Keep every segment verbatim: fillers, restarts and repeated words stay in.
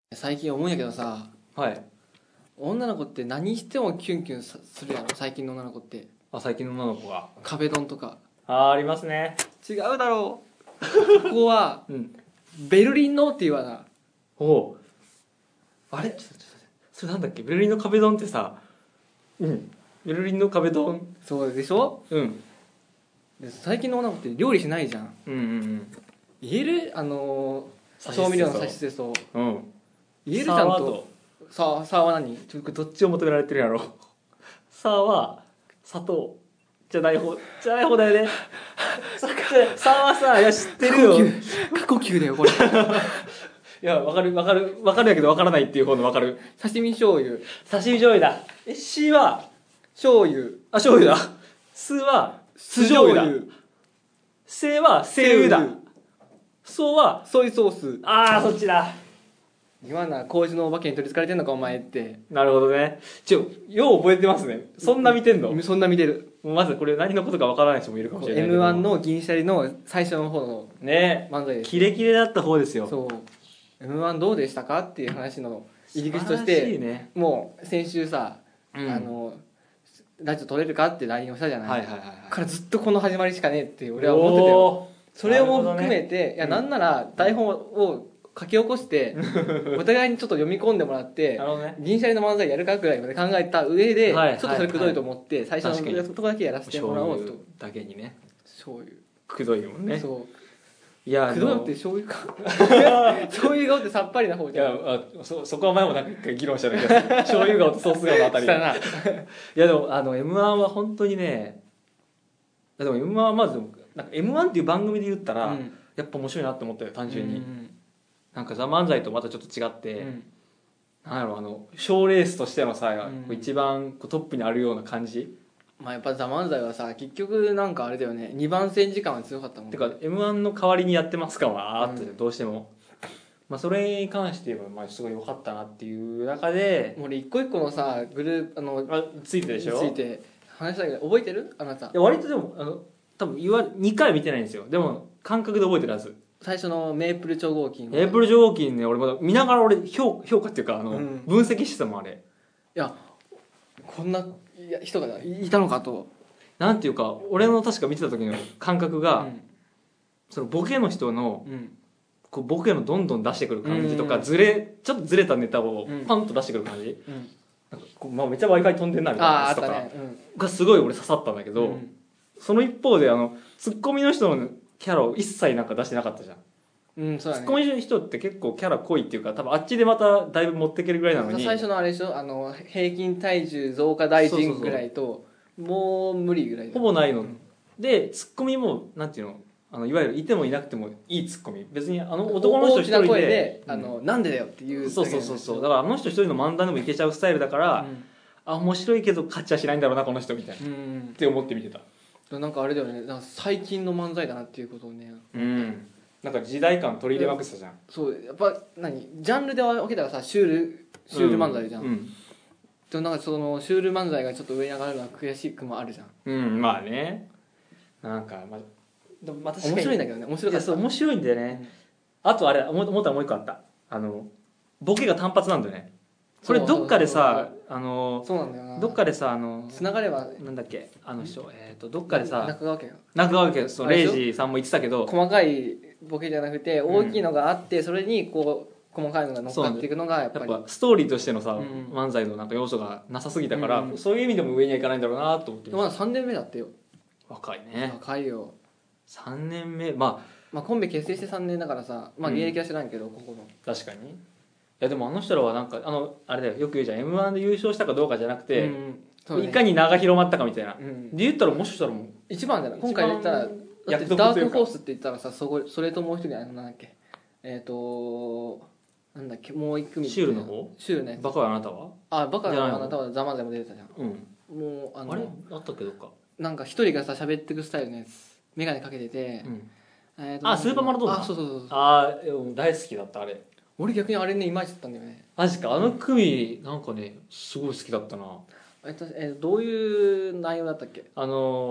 最近思うんやけどさ、 はい。 女の子って何してもキュンキュンさするやろ。最近の女の子ってあ、最近の女の子が。 壁ドンとか。 あー、ありますね。 違うだろう。ここはうん。 ベルリンのって言わな。 おう。あれちょっとちょっと待ってそれなんだっけベルリンの壁ドンってさ。うん。ベルリンの壁ドン。 そうでしょ。 うん。 で最近の女の子って料理しないじゃん。 うんうん言えるあのー、 さしすせそ調味料の差し捨てそう。 うん。うん。 言えるじゃんさと。さあ、さあは何？ ちょっとどっちを求められてるやろ。さあは、砂糖。じゃない方、じゃない方だよね。ささあはさ、いや知ってるよ。い過呼吸だよこれ。 や、わかるわかる、わかるやけどわからないっていう方のわかる。 刺身醤油。 刺身醤油だ。え、しは、 醤油。 あ、醤油だ。すは、酢醤油だ。せは、せ油だ。そうは、 ソイソース。 あー、そっちだ。 言わな、麹のお化けに取り憑かれてんのかお前って。 なるほどね。ちょ、よう覚えてますね。そんな見てんの？ そんな見てる。 もうまずこれ何のことかわからない人もいるかもしれないけど。 エムワン の銀シャリの最初の方のね漫才です。 キレキレだった方ですよ。 そう エムワン どうでしたかっていう話の入り口とし素晴らしいて、 ね。 もう先週さ、 うんあのラジオ撮れるかって ライン をしたじゃない、 はいはいはいはい。 からずっとこの始まりしかねえって俺は思ってたよ。それも含めて、 ね、 いやなんなら台本を書き起こしてお互いにちょっと読み込んでもらってなるほどね。 銀シャリの漫才やるかぐらいまで考えた上で、 はいちょっとそれくどいと思って、最初のとこだけやらせてもらおうと。 だけにね。 醤油くどいもんね。 そういや、 くどいって醤油か醤油顔ってさっぱりな方いじゃん。 やあ そ, そこは前もなんか一回議論したんだけど醤油顔とソース顔のあたりしたな。 いやでもあの エムワン は本当にね、でも エムワン はまずなんか エムワン っていう番組で言ったら、うん、やっぱ面白いなって思ったよ単純に、うん、なんか「ザ漫才とまたちょっと違って、うん、なんやろあの賞レースとしてのさ、うん、一番こうトップにあるような感じ。 まあやっぱ「ザ漫才はさ結局なんかあれだよね、にばん戦時間は強かったもんね。 てか エムワン の代わりにやってますかはあってどうしても、うん、まあそれに関して言えばまあすごい良かったなっていう中で、 俺一個一個のさグループあのあついてでしょついて話したけど覚えてるあなた？いや割とでもあの多分言わにかい見てないんですよ。でも感覚で覚えてるはず。 最初のメープル超合金。 メープル超合金ね、俺まだ見ながら俺評評価っていうかあの、うん、分析してたもんあれ。 いやこんな人がいたのかと。 なんていうか俺の確か見てた時の感覚が、うん、そのボケの人の、うん、こうボケのどんどん出してくる感じとか、うん、ずれちょっとずれたネタをパンと出してくる感じ、うん、なんかこう、まあ、めっちゃ Wi-Fi 飛んでんなみたいなやつとか、ねうん、がすごい俺刺さったんだけど、うん、その一方であのツッコミの人のキャラを一切なんか出してなかったじゃん。うんそうだね、ツッコミの人って結構キャラ濃いっていうか多分あっちでまただいぶ持っていけるぐらいなのに、 最初のあれでしょ、あの平均体重増加大臣ぐらいとそうそうそうもう無理ぐらいほぼないの、うん、でツッコミもなんていうのあのいわゆるいてもいなくてもいいツッコミ、別にあの男の人一人で大きな声で、 うん、あのなんでだよっていうそうそうそうそうだからあの人一人の漫談でもいけちゃうスタイルだから、うん、あ面白いけど勝ちはしないんだろうなこの人みたいな、うん、って思って見てた。 なんかあれだよね、なんか最近の漫才だなっていうことをね、 うんなんか時代感取り入れまくってたじゃん。 そうやっぱ何ジャンルで分けたらさシュールシュール漫才じゃん、うんうんでもなんかそのシュール漫才がちょっと上に上がるのは悔しくもあるじゃん。 うんまあねなんかまあでもまた面白いんだけどね面白かった。 そう面白いんだよね、うん、あとあれ思ったらもう一個あったあのボケが単発なんだよねこれどっかでさあのそうなんだよなどっかでさあの繋がればなんだっけあの人、うん、えっ、ー、とどっかでさ中川家が中川家そうレイジさんも言ってたけど細かいボケじゃなくて大きいのがあって、うん、それにこう細かいのが乗っかっていくのがやっぱりやっぱストーリーとしてのさ、うん、漫才のなんか要素がなさすぎたから、うん、そういう意味でも上にはいかないんだろうなと思ってまださんねんめだってよ。 若いね若いよさんねんめ、まあ、 まあコンビ結成してさんねんだからさまあ芸歴は知らんけど、うん、ここの確かにいやでもあの人らはなんかあのあれだよよく言うじゃん エムワン で優勝したかどうかじゃなくて、うんね、いかに名が広まったかみたいな、うん、で言ったらもしかしたらもう一番じゃない今回言ったらだってダークホースって言ったらさそこそれともう一人あのなんだっけえっ、ー、となんだっけもう一組シュールの方シュールのやつバカはあなたはあバカはあなたはザ・マンザイも出てたじゃん、うん、もうあのあれあったっけどっかなんか一人がさ喋ってくスタイルのやつ眼鏡かけてて、うんえー、あスーパーマラドーナあそうそうそうそうあ大好きだったあれ俺逆にあれねイマイチだったんだよねマジかあの組なんかねすごい好きだったなえっと、えー、どういう内容だったっけあの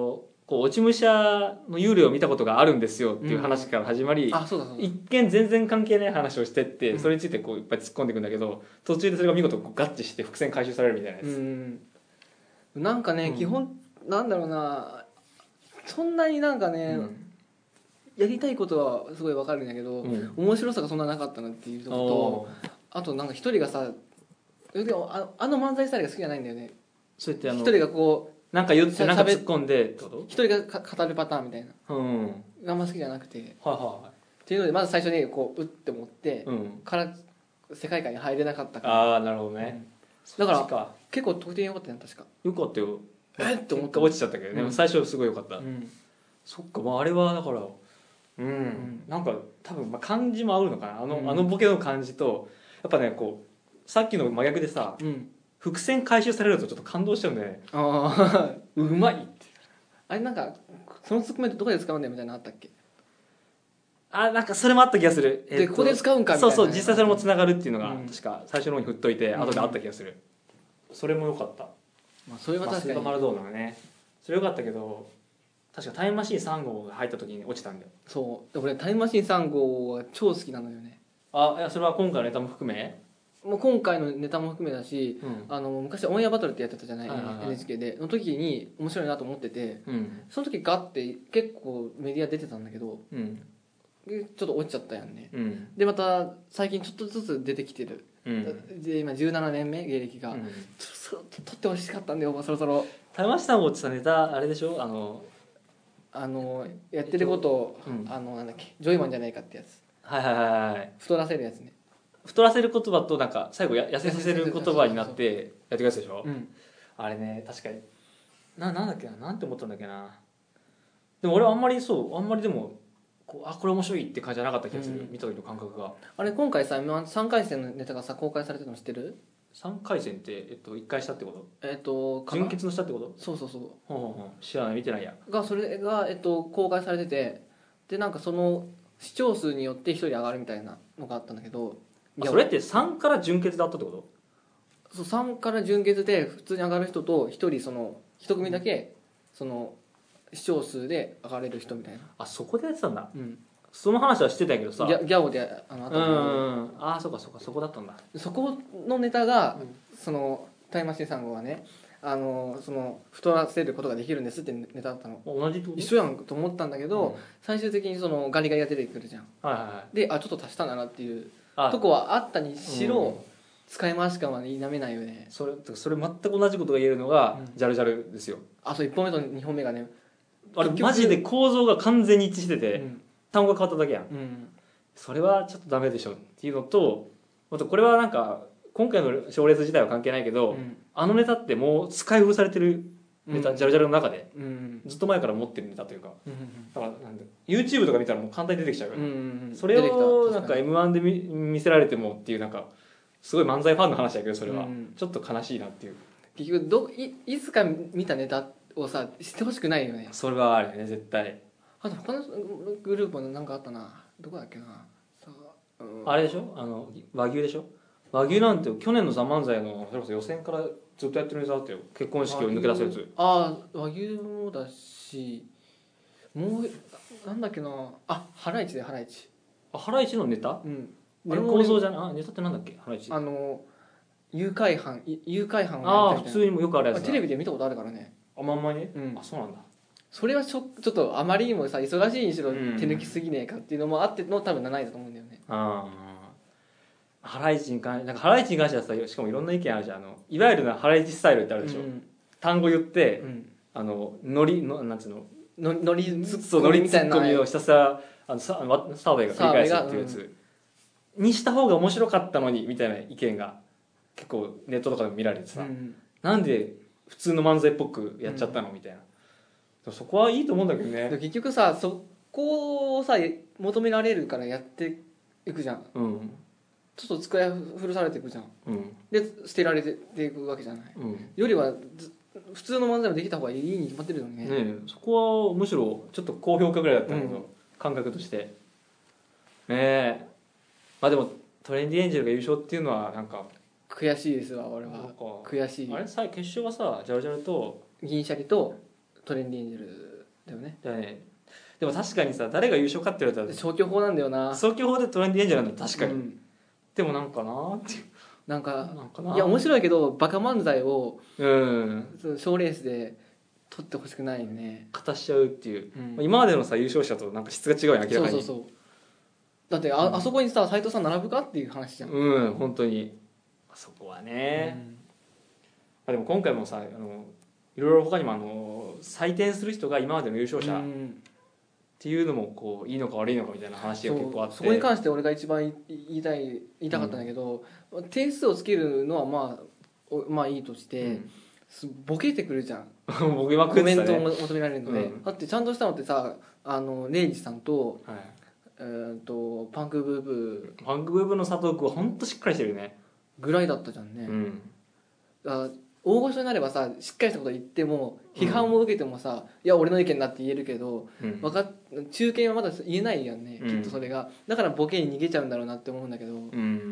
こう落ち武者の幽霊を見たことがあるんですよっていう話から始まり、 うん、あそうだそうだ一見全然関係ない話をしてって、 うん、 それについてこういっぱい突っ込んでいくんだけど、途中でそれが見事こう合致して伏線回収されるみたいなやつ、 うん、なんかね、 うん、 基本なんだろうな、そんなになんかね、うん、やりたいことはすごいわかるんだけど、うん、面白さがそんななかったなっていうところと、あとなんか一人がさ、ああの漫才スタイルが好きじゃないんだよね。 そうやってあの一人がこうなんか言ってなんか突っ込んでってこと？ 一人が語るパターンみたいな、うん、あんま好きじゃなくて、はいはい、っていうのでまず最初にこううって思って、うん、から世界観に入れなかったから。 ああなるほどね、 うん、だから結構得点良かったよ確か。 よかったよ。 えっって思って落ちちゃったけどね、うん、最初すごい良かった、 うん、 そっか、まあ、あれはだからうん、うん、なんか多分まあ感じも合うのかな、あの、うん、あのボケの感じとやっぱねこうさっきの真逆でさ、うん、伏線回収されるとちょっと感動しちゃうんだよね。ああうまいって。 あれなんかそのツッコミどこで使うんだよみたいなのあったっけ？ あなんかそれもあった気がする、 えー、でここで使うんかみたいな。 そうそう実際それもつながるっていうのが、うん、確か最初の方に振っといて後であった気がする、うん、それも良かった。 まあそれは確かに、まあ、 スーパーマラドーナがねそれ良かったけど、確かタイムマシーンさん号が入った時に落ちたんだよ。 そう俺タイムマシーンさん号は超好きなのよね。 あいやそれは今回のネタも含めもう今回のネタも含めだし、うん、あの昔オンエアバトルってやってたじゃない、はいはいはい、エヌエイチケー での時に面白いなと思ってて、うん、その時ガッて結構メディア出てたんだけど、うん、ちょっと落ちちゃったやんね、うん、でまた最近ちょっとずつ出てきてる、うん、で今じゅうななねんめ芸歴が、うん、ちょっと撮ってほしかったんだよそろそろ。 タイムマシーンさん号ってさネタあれでしょ、あのあのやってることを、えっとうん、あのなんだっけジョイマンじゃないかってやつ、 はいはいはいはい、 太らせるやつね。 太らせる言葉となんか最後や痩せさせる言葉になってやってくやつでしょ、うん、あれね確かにな、なんだっけな、なんて思ったんだっけな。でも俺はあんまりそうあんまりでもこうあこれ面白いって感じじゃなかった気がする、うん、見た時の感覚が。あれ今回ささんかい戦のネタがさ公開されてるの知ってる？ さんかい戦って、えっと、いっかいしたってこと？ えっと純潔のしたってこと？ そうそうそう、ほうほうほう知らない見てないやがそれが、えっと、公開されてて、でなんかその視聴数によってひとり上がるみたいなのがあったんだけど、 いやそれってさんから純潔であったってこと？ そうさんから純潔で普通に上がる人とひとりそのひと組だけその視聴数で上がれる人みたいな。 あそこでやってたんだ、うん、その話はしてたけどさ、 ギャギャオであのあったんだけど、 うんああそうかそうかそこだったんだ。 そこのネタが、うん、そのタイムマシーンさん号はね、あのその太らせることができるんですってネタだったの。 同じってこと？ 一緒やんと思ったんだけど、うん、最終的にそのガリガリが出てくるじゃん、はいはいはい、であちょっと足したんだなっていうとこはあったにしろ、うん、使い回し感は否めないよね。 それそれ全く同じことが言えるのが、うん、ジャルジャルですよ。 あそういっぽんめとにほんめがね、 あれマジで構造が完全に一致してて、うん、単語が変わっただけやん、うん、それはちょっとダメでしょっていうのと、あとこれはなんか今回の賞レース自体は関係ないけど、うん、あのネタってもう使い古されてるネタ、うん、ジャルジャルの中で、うん、ずっと前から持ってるネタというか、うん、だからなんだ YouTube とか見たらもう簡単に出てきちゃうから、うん、それをなんか エムワン で 見, 見せられてもっていうなんかすごい漫才ファンの話だけどそれは、ちょっと悲しいなっていう。 結局ど い, いつか見たネタをさ知ってほしくないよね。 それはあるよね絶対。 あと他のグループもなんかあったな、どこだっけな、さあ、うん、あれでしょ、あの和牛でしょ。和牛なんて去年の「ザ漫才のそれこそ予選からずっとやってるネタだったよ。結婚式を抜け出すやつ。 ああ和牛もだし、もうなんだっけなあ、ハライチでハライチ。 あハライチのネタ？うん。あれ構造じゃない。あネタってなんだっけハライチ。 あの誘拐犯誘拐犯をやりたいみたいな。ああ普通にもよくあるやつだ。 テレビで見たことあるからね。 あまんまに、うん、あそうなんだ。 それはちょちょっとあまりにもさ忙しいにしろ手抜きすぎねえかっていうのもあっての多分なないだと思うんだよね。ああ。 ハライチに関してなんかハライチに関してはさしかもいろんな意見あるじゃん。あのいわゆるなハライチスタイルってあるでしょ、うん、単語言って、うん、あのノリのなんつうののノリツッコミみたいなノリツッコミをひたすらあのササーベイが繰り返すっていうやつ、うん、にした方が面白かったのにみたいな意見が結構ネットとかでも見られてさ、うん、なんで普通の漫才っぽくやっちゃったのみたいな。そこはいいと思うんだけどね。 結局さそこをさ求められるからやっていくじゃん、うん、ちょっと使い古されていくじゃん、うん、で捨てられていくわけじゃない、うん、よりは普通の漫才もできた方がいいに決まってるよね。 ねえそこはむしろちょっと高評価ぐらいだったけど、うん、感覚としてねえ。まあでもトレンディエンジェルが優勝っていうのはなんか悔しいですわ俺は。悔しい。 あれさ決勝はさジャルジャルと銀シャリとトレンディエンジェルだよね。 だね。でも確かにさ、誰が優勝かって言われたら消去法なんだよな。 消去法でトレンディエンジェルなんだ確かに、うん、でもなんかなーっていうなんかなんかないや面白いけどバカ漫才をうん賞レースで取ってほしくないよね。 勝たしちゃうっていう、うん、今までのさ優勝者となんか質が違うよ明らかに。 そうそうそう。だって あ,、うん、あそこにさ斉藤さん並ぶかっていう話じゃん。 うん本当にあそこはね、うん、あでも今回もさあのいろいろ他にもあの採点する人が今までの優勝者、うんっていうのもこういいのか悪いのかみたいな話が結構あって、 そ, そこに関して俺が一番言いたい言いたかったんだけど、うん、点数をつけるのはまあまあいいとして、うん、ボケてくるじゃんボケまくってたね、 コメントを求められるので、うん、だってちゃんとしたのってさあのレイジさんと、はいえー、とパンクブーブーパンクブーブーの佐藤君は本当しっかりしてるねぐらいだったじゃんね、うん、だ大御所になればさしっかりしたこと言っても批判を受けてもさ、うん、いや俺の意見だって言えるけど、うん、か中堅はまだ言えないよね、うん、きっとそれがだからボケに逃げちゃうんだろうなって思うんだけど、うん、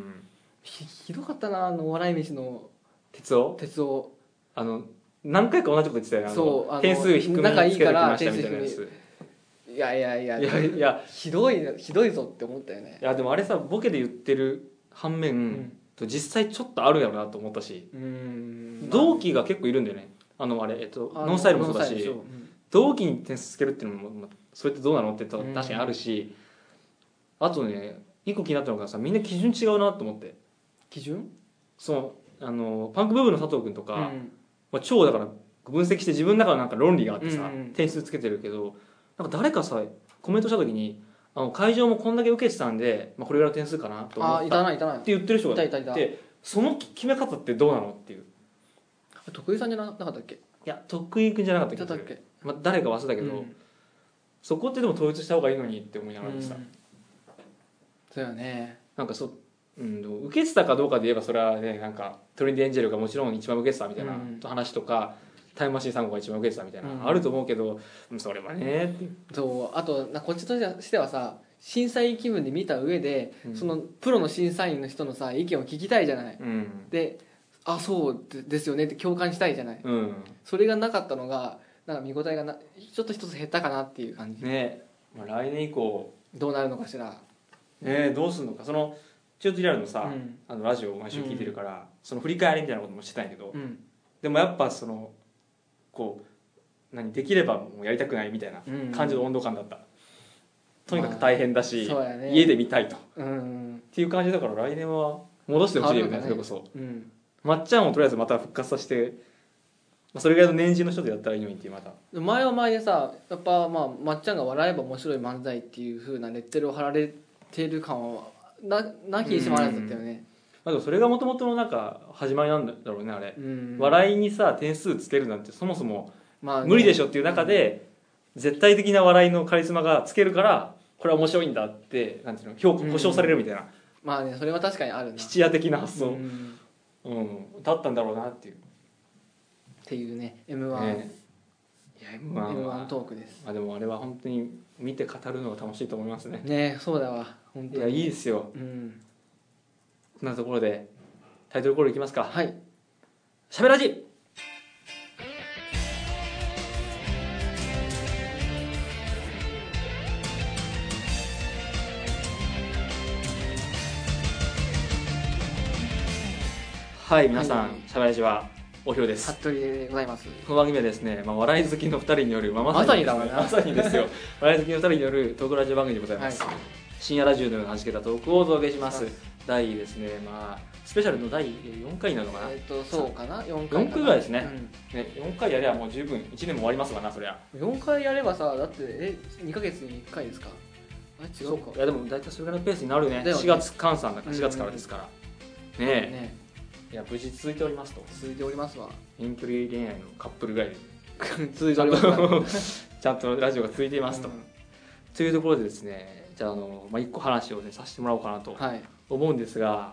ひ, ひどかったなあの笑い飯の哲夫哲夫あの何回か同じこと言ってたよね。そうあの点数低めにつけてきましたみたいなやつ。 いやいやいやいやいやひどいひどいぞって思ったよね。 いやでもあれさボケで言ってる反面、うん実際ちょっとあるやろなと思ったし、うーん同期が結構いるんだよね。あのあれ、えっと、ノンスタイルもそうだし、うん、同期に点数つけるっていうのも、まあ、それってどうなのって言ったら確かにあるし、あとね一個気になったのがさみんな基準違うなと思って。 基準？ そうあのパンクブーブーの佐藤君とか、うんまあ、超だから分析して自分の中のなんか論理があってさ、うんうん、点数つけてるけどなんか誰かさコメントした時にあの会場もこんだけ受けてたんで、まあ、これぐらいの点数かなと思ったあいたないいたないって言ってる人がいてその決め方ってどうなのっていう徳井さんじゃなかったっけいや徳井君じゃなかったっけ、まあ、誰か忘れたけど、うん、そこってでも統一した方がいいのにって思いながらさ、うん、 そうよねなんかそ、うん、受けてたかどうかで言えばそれはねなんかトレンディエンジェルがもちろん一番受けてたみたいな話とか、うん、タイムマシーンさん号が一番受けてたみたいな、うん、あると思うけどそれはねってそうあとこっちとしてはさ審査員気分で見た上で、うん、そのプロの審査員の人のさ意見を聞きたいじゃない、うん、であそうですよねって共感したいじゃない、うん、それがなかったのがなんか見応えがなちょっと一つ減ったかなっていう感じね、まあ、来年以降どうなるのかしらねどうするのかそのチュートリアルのさ、うん、あのラジオを毎週聞いてるから、うん、その振り返りみたいなこともしてたんやけど、うん、でもやっぱそのこう何できればもうやりたくないみたいな感じの温度感だった、うんとにかく大変だし、まあね、家で見たいと、うん、っていう感じだから来年は戻してほしいよねそれこそ、うん、まっちゃんをとりあえずまた復活させてそれぐらいの年次の人でやったらいいのにっていうまた前は前でさやっぱまあまっちゃんが笑えば面白い漫才っていう風なレッテルを貼られてる感はななきにしもあらずだったよね、 まあ、でもそれがもともとのなんか始まりなんだろうねあれ、うん、笑いにさ点数つけるなんてそもそも無理でしょっていう中で、うん、絶対的な笑いのカリスマがつけるからこれは面白いんだってなんていうの評価保証されるみたいな、うん、 まあねそれは確かにあるな質屋的な発想、うんうん、だったんだろうなっていうっていうね エムワン、ね、 いや エムワン はエムワン トークです。 あでもあれは本当に見て語るのが楽しいと思いますねねそうだわ本当にいやいいですよ、うん、こんなところでタイトルコールいきますか。 はいしゃべらじはい皆さん、はい、しゃべらじはおひろです。 服部でございます。 この番組はですね、まあ、笑い好きのふたりによる、まあ、 まさにだわなまさにですよ笑い好きのふたりによるトークラジオ番組でございます、はい、深夜ラジオのようなはじけたトークをお届けします。第ですね、まあスペシャルのだいよんかいなのかな。 えっとそうかなよんかいよんかいぐらいですね、うん、ねよんかいやればもう十分いちねんも終わりますわなそりゃ。 よんかいやればさだってえにかげつにいっかいですか。あれ違うか。 いやでも大体それぐらいのペースになるね。ねしがつ換算だからしがつからですから、うん、ねえねいや無事続いておりますと。 続いておりますわ。 遠距離恋愛のカップルぐらいで続いておりますちゃんとラジオが続いていますと、うん、というところでですねじゃああの、まあ、いっこ話を、ね、させてもらおうかなと思うんですが、はい、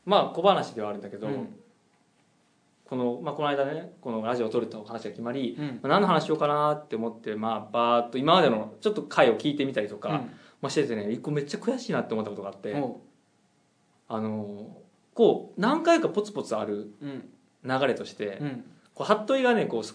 まあ小話ではあるんだけど、うん、このまあ、この間ねこのラジオを撮ると話が決まり、うんまあ、何の話しようかなって思ってまあバーッと今までのちょっと回を聞いてみたりとか、うんまあ、しててねいっこめっちゃ悔しいなって思ったことがあって、あのこう何回かポツポツある流れとして、うん、こう服部がねこうすごい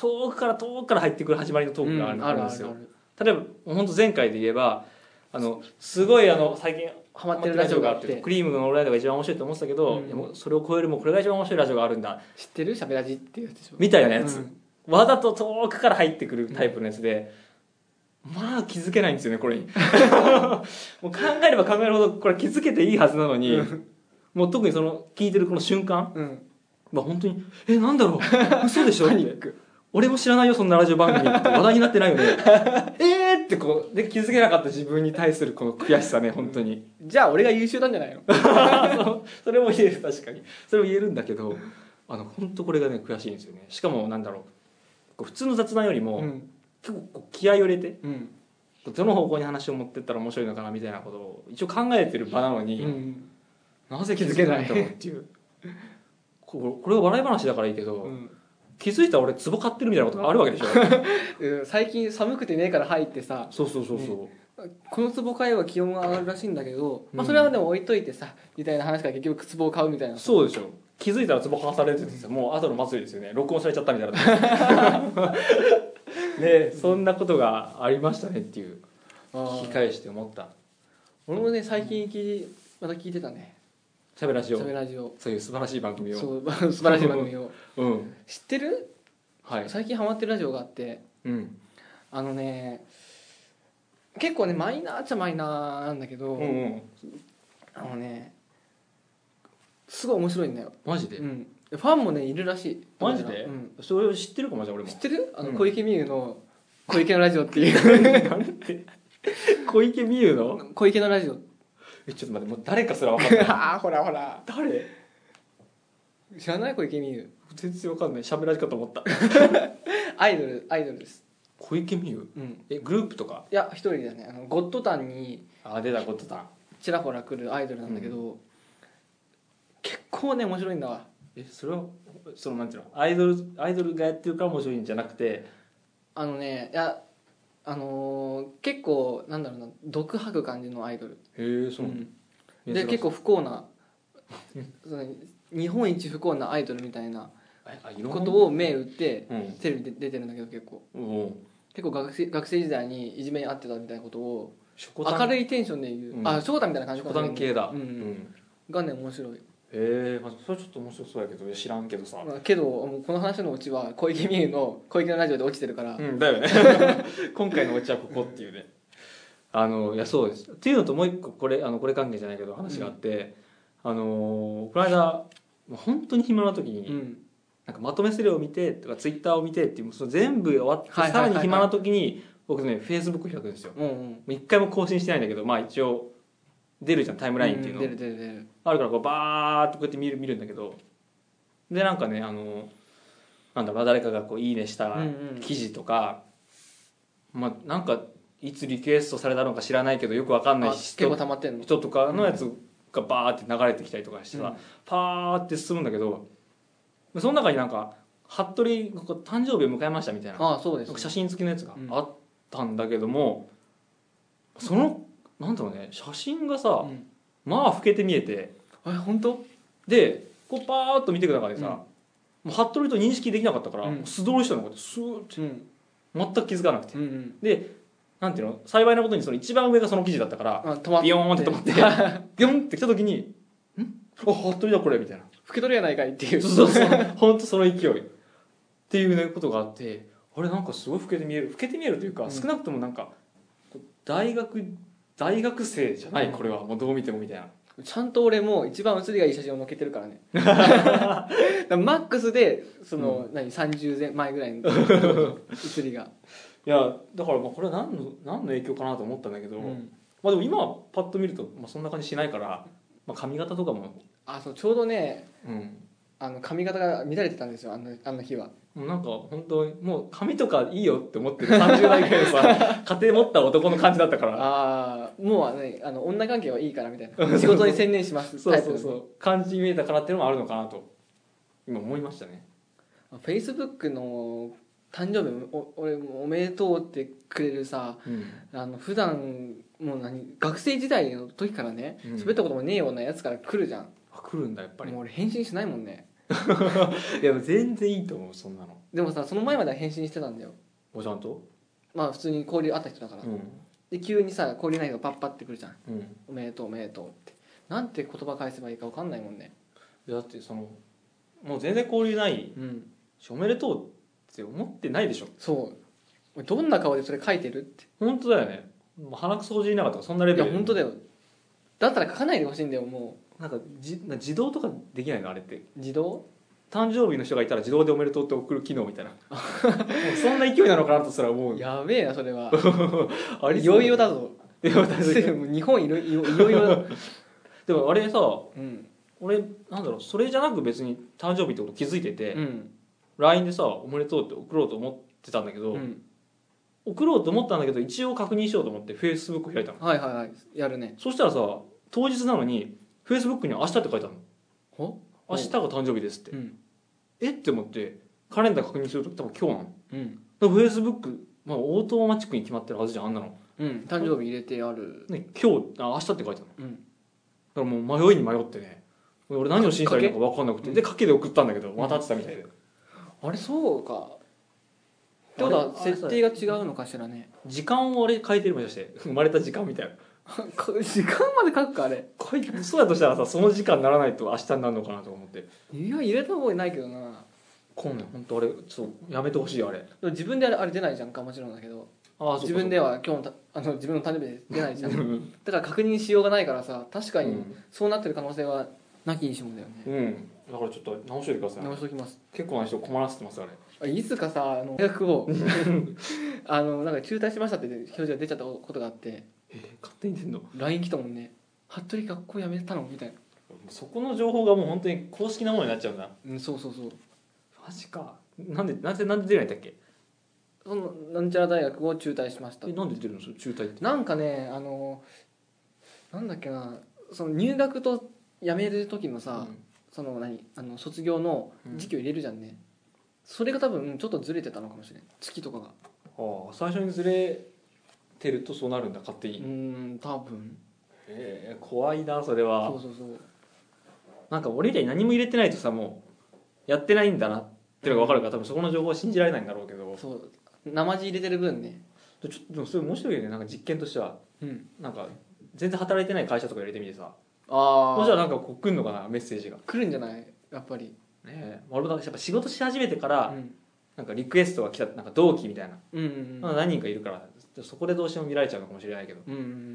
遠くから遠くから入ってくる始まりのトークがあるんですよ、うん、あるあるある。例えば本当前回で言えばあのすごいあの最近ハマってるラジオがあってクリームのオールライトが一番面白いと思ってたけど、うん、いやもうそれを超えるもうこれが一番面白いラジオがあるんだ、 知ってるしゃべラジっていうやつでしょみたいなやつ、うん、わざと遠くから入ってくるタイプのやつで、うん、まあ気づけないんですよねこれにもう考えれば考えるほどこれ気づけていいはずなのに、うん、もう特にその聞いてるこの瞬間、うん、まあ本当にえなんだろう嘘でしょパニック、俺も知らないよそんなラジオ番組って話題になってないよねえーってこうで気づけなかった自分に対するこの悔しさね本当に、 うん、じゃあ俺が優秀なんじゃないのそ, それも言える、確かにそれも言えるんだけど、あの本当これがね悔しいんですよね。しかもなんだろう、こう普通の雑談よりも、うん、結構こう気合いを入れて、うん、どの方向に話を持ってったら面白いのかなみたいなことを一応考えてる場なのに、うん、なぜ気づけないんだろうっていうこれは笑い話だからいいけど、うん、気づいたら俺壺買ってるみたいなことがあるわけでしょ最近寒くてねえから入ってさ、 そうそうそうそう、 ね、この壺買えば気温が上がるらしいんだけど、うん、まあ、それはでも置いといてさみたいな話から結局壺を買うみたいな。 そうでしょ、気づいたら壺買わされててさ、もう後の祭りですよね、録音されちゃったみたいなね、そんなことがありましたねっていう、聞き返して思った。 俺もね最近聞また聞いてたね、 しゃべラジオ、 しゃべラジオ、 そういう素晴らしい番組を、 そう素晴らしい番組を、うん、知ってる、 はい、 最近ハマってるラジオがあって、うん、あのね結構ねマイナーっちゃマイナーなんだけど、うんうん、あのねすごい面白いんだよマジで、 うん、ファンもねいるらしい。 マジで、うん、それを知ってるかも。じゃあ俺も知ってる、あの小池美優の小池のラジオっていうなんて小池美優の小池のラジオ、 えちょっと待って、もう誰かすら分かんないああほらほら誰知らない？小池美優全然分かんない、喋らじかと思ったアイドルアイドルです。 小池美優、うん、えグループとか？ いや一人だね、あのゴッドタンにあ出たゴッドタンちらほら来るアイドルなんだけど、うん、結構ね面白いんだわ。 えそれはそのなんていうの、アイドルアイドルがやってるから面白いんじゃなくて、あのねいやあのー、結構なんだろうな毒吐く感じのアイドル。 へえそう、 うん、で結構不幸なその日本一不幸なアイドルみたいなことを銘打ってテレビで出てるんだけど、結構、うん、結構学生学生時代にいじめに遭ってたみたいなことを明るいテンションで言う、うん、あショコタンみたいな感じかもしれない。ショコタン系だ、 うんうん、がね面白い。 へえ、まあ、それちょっと面白そうやけど知らんけどさ、 まあ、けどもうこの話のオチは小池美優の小池のラジオで落ちてるから、 うん、だよね今回のオチはここっていうねあのいやそうですっていうのともう一個これあのこれ関係じゃないけど話があって、うん、あのこの間本当に暇な時に、うん、なんかまとめ資料を見てとかツイッターを見てっていうその全部終わって、はいはいはいはい、さらに暇な時に僕ねフェイスブック開くんですよ、うんうん、一回も更新してないんだけど、まあ一応出るじゃんタイムラインっていうの、うん、出る出る出るあるからこうバーッとこうやって見る見るんだけど、でなんかねあのなんだろう誰かがこういいねした記事とか、うんうん、まあなんかいつリクエストされたのか知らないけどよくわかんない人人とかのやつがバーって流れてきたりとかしてさ、うん、パーって進むんだけど、その中になんか服部が誕生日を迎えましたみたいな、 ああそうです、ね、 写真付きのやつがあったんだけども、うん、そのなんだろうね写真がさ、うん、まあ老けて見えて、 え本当でこうパーッと見ていく中でさ、うん、もう服部と認識できなかったから、うん、素通りしたのがスーッて、うん、全く気づかなくて、うんうん、でなんていうの幸いなことにその一番上がその記事だったからビヨーンって止まってビヨンって来た時にんあ服部だこれみたいな老け取りやないかいっていう、 そうそう本当その勢いっていうねことがあって、あれなんかすごい老けて見える老けて見えるというか、うん、少なくともなんか大学大学生じゃない、これはもうどう見てもみたいな。 ちゃんと俺も一番写りがいい写真を載っけてるからねだからマックスでその、うん、何さんじゅうまえぐらいの写りがいやだからまあこれは何の何の影響かなと思ったんだけど、うん、まあでも今パッと見ると、まあ、そんな感じしないから、まあ、髪型とかもあそうちょうどね、うん、あの髪型が乱れてたんですよあのあの日は。 もうなんか本当にもう髪とかいいよって思ってるさんじゅう代ぐらいのさ家庭持った男の感じだったからああもう、ね、あの女関係はいいからみたいな仕事に専念しますそうそうそう感じに見えたからっていうのもあるのかなと今思いましたね。 フェイスブックの誕生日お俺おめでとうってくれるさ、うん、あの普段もう何学生時代の時からね喋、うん、ったこともねえようなやつから来るじゃん。 あ来るんだやっぱり。 もう俺返信しないもんね。 いや全然いいと思うそんなの。 でもさその前までは返信してたんだよ。 おちゃんとまあ普通に交流あった人だから、うん、で急にさ交流ない人がパッパってくるじゃん、うん、おめでとうおめでとうってなんて言葉返せばいいか分かんないもんね。 だってそのもう全然交流ない、うん、おめでとうって思ってないでしょ。 そうどんな顔でそれ書いてるって本当だよね。もう鼻くそほじりなかったそんなレベル。 いや本当だよ。だったら書かないでほしいんだよ。もうなんかじ自動とかできないのあれって。 自動誕生日の人がいたら自動でおめでとうって送る機能みたいなもうそんな勢いなのかなとすら思う。 やべえなそれはあれいよいよだぞ日本いろいろいろいろでもあれさ、うん、俺なんだろうそれじゃなく別に誕生日ってこと気づいてて、うん、ライン でさおめでとうって送ろうと思ってたんだけど、うん、送ろうと思ったんだけど一応確認しようと思って Facebook 開いたの。 はいはいはいやるね。 そしたらさ当日なのに Facebook に明日って書いてあるの。明日が誕生日ですって、うん、えって思ってカレンダー確認すると多分今日なの、うん、だから Facebook、まあ、オートマチックに決まってるはずじゃんあんなの、 うん、誕生日入れてある、 ね、今日あ明日って書いてあるの、うん、だからもう迷いに迷ってね俺何を信じたらいいのか分かんなくて、うん、で賭けで送ったんだけどまた会ってたみたいで、 うん、あれそうかってことは設定が違うのかしらね。 時間を俺書いてるもんして生まれた時間みたいな時間まで書くかあれ。 そうだとしたらさその時間にならないと明日になるのかなと思って。 いや入れた方がないけどな。 こんね本当あれちょっとやめてほしいあれ。でも自分であれ出ないじゃんかもちろんだけど。ああ自分では今日のあの自分の誕生日で出ないじゃんだから確認しようがないからさ確かにそうなってる可能性はなきにしもだよね。 うんだからちょっと直しといてください。 直しときます。 結構な人困らせてますあれ。 いつかさあの大学をあのなんか中退しましたって表示が出ちゃったことがあって。 えー、勝手に出んのライン 来たもんね。服部学校辞めたのみたいな。 そこの情報がもう本当に公式なものになっちゃうんだ。 うんそうそうそう。 マジか。なんでなんでなんで出ないんだっけ。 そのなんちゃら大学を中退しました。 えなんで出るのそれ中退って。 なんかねあのなんだっけなその入学と辞める時のさ、うん、その何あの卒業の時期を入れるじゃんね、うん、それが多分ちょっとずれてたのかもしれない月とかが。ああ最初にずれてるとそうなるんだ勝手に。 うん多分。 へえ怖いなそれは。 そうそうそう。 なんか俺以外何も入れてないとさもうやってないんだなっていうのが分かるから多分そこの情報は信じられないんだろうけど。 そう生地入れてる分ね。 ちょっとでもそれ面白いよねなんか実験としては、うん、なんか全然働いてない会社とか入れてみてさあそしたらなんかこう来るのかなメッセージが来るんじゃないやっぱりね。俺もやっぱ仕事し始めてから、うん、なんかリクエストが来たなんか同期みたいな、うんうんうん、何人かいるからそこでどうしても見られちゃうのかもしれないけど、うんうん、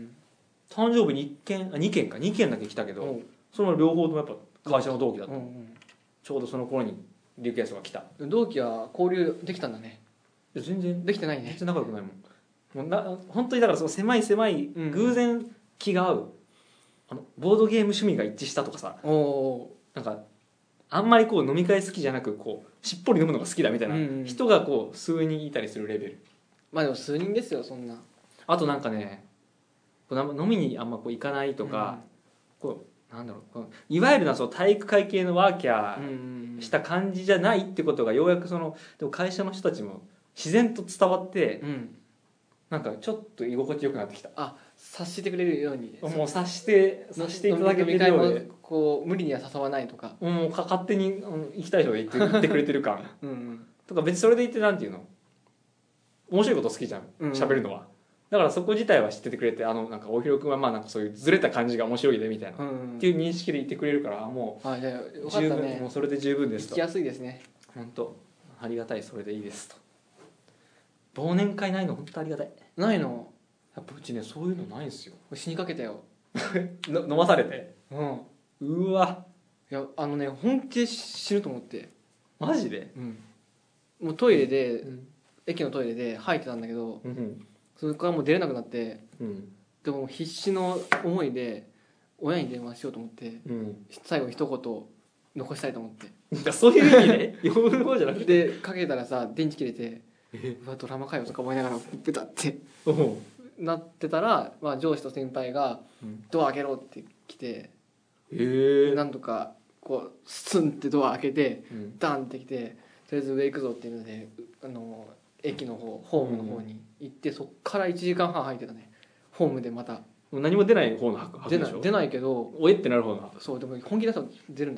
誕生日にいっけんあにけんかにけんだけ来たけど、うん、その両方ともやっぱ会社の同期だった、うんうん、ちょうどその頃にリクエストが来た。 同期は交流できたんだね。 いや全然できてないね。 全然仲良くないもん。もうな本当にだからその狭い狭い偶然気が合う、うん、あのボードゲーム趣味が一致したとかさおなんかあんまりこう飲み会好きじゃなくこうしっぽり飲むのが好きだみたいな人がこう数人いたりするレベル、うんうん、 まあでも数人ですよそんな。 あとなんかね飲みにあんまこう行かないとか、うん、こうなんだろうこういわゆるなその体育会系のワーキャーした感じじゃないってことがようやくそのでも会社の人たちも自然と伝わって、うん、なんかちょっと居心地よくなってきた。 あ察してくれるようにもう察して察していただけてるようでこう無理には誘わないとかもうか勝手に、うん、行きたい人が行って行ってくれてる感うん、うん、とか別にそれで言ってなんていうの面白いこと好きじゃん喋、うん、るのはだからそこ自体は知っててくれてあのなんか大広くんはまあなんかそういうずれた感じが面白いでみたいな、うんうん、っていう認識で言ってくれるからもうあじゃあよかったね。 もうそれで十分ですと。 行きやすいですね。 本当ありがたいそれでいいですと。忘年会ないの本当ありがたい。 ないのやっぱうちねそういうのないんですよ。 死にかけたよの飲まされてうんうわいやあのね本気で死ぬと思って。 マジで、 うん、もうトイレで、うん、駅のトイレで吐いてたんだけど、うん、それからもう出れなくなって、うん、でも必死の思いで親に電話しようと思って、うん、最後一言残したいと思ってそういう意味で呼ぶ方じゃなくてでかけたらさ電池切れてうわドラマかよとか思いながらブタってなってたら、まあ、上司と先輩がドア開けろって来て、うん、なんとかこうスンってドア開けて、うん、ダンって来てとりあえず上行くぞっていうのであの駅の方ホームの方に行って、うん、そっからいちじかんはん入ってたねホームでまた何も出ない方の拍でしょ。 出ない出ないけどおえってなる方の拍。 そうでも本気出したら出るんだって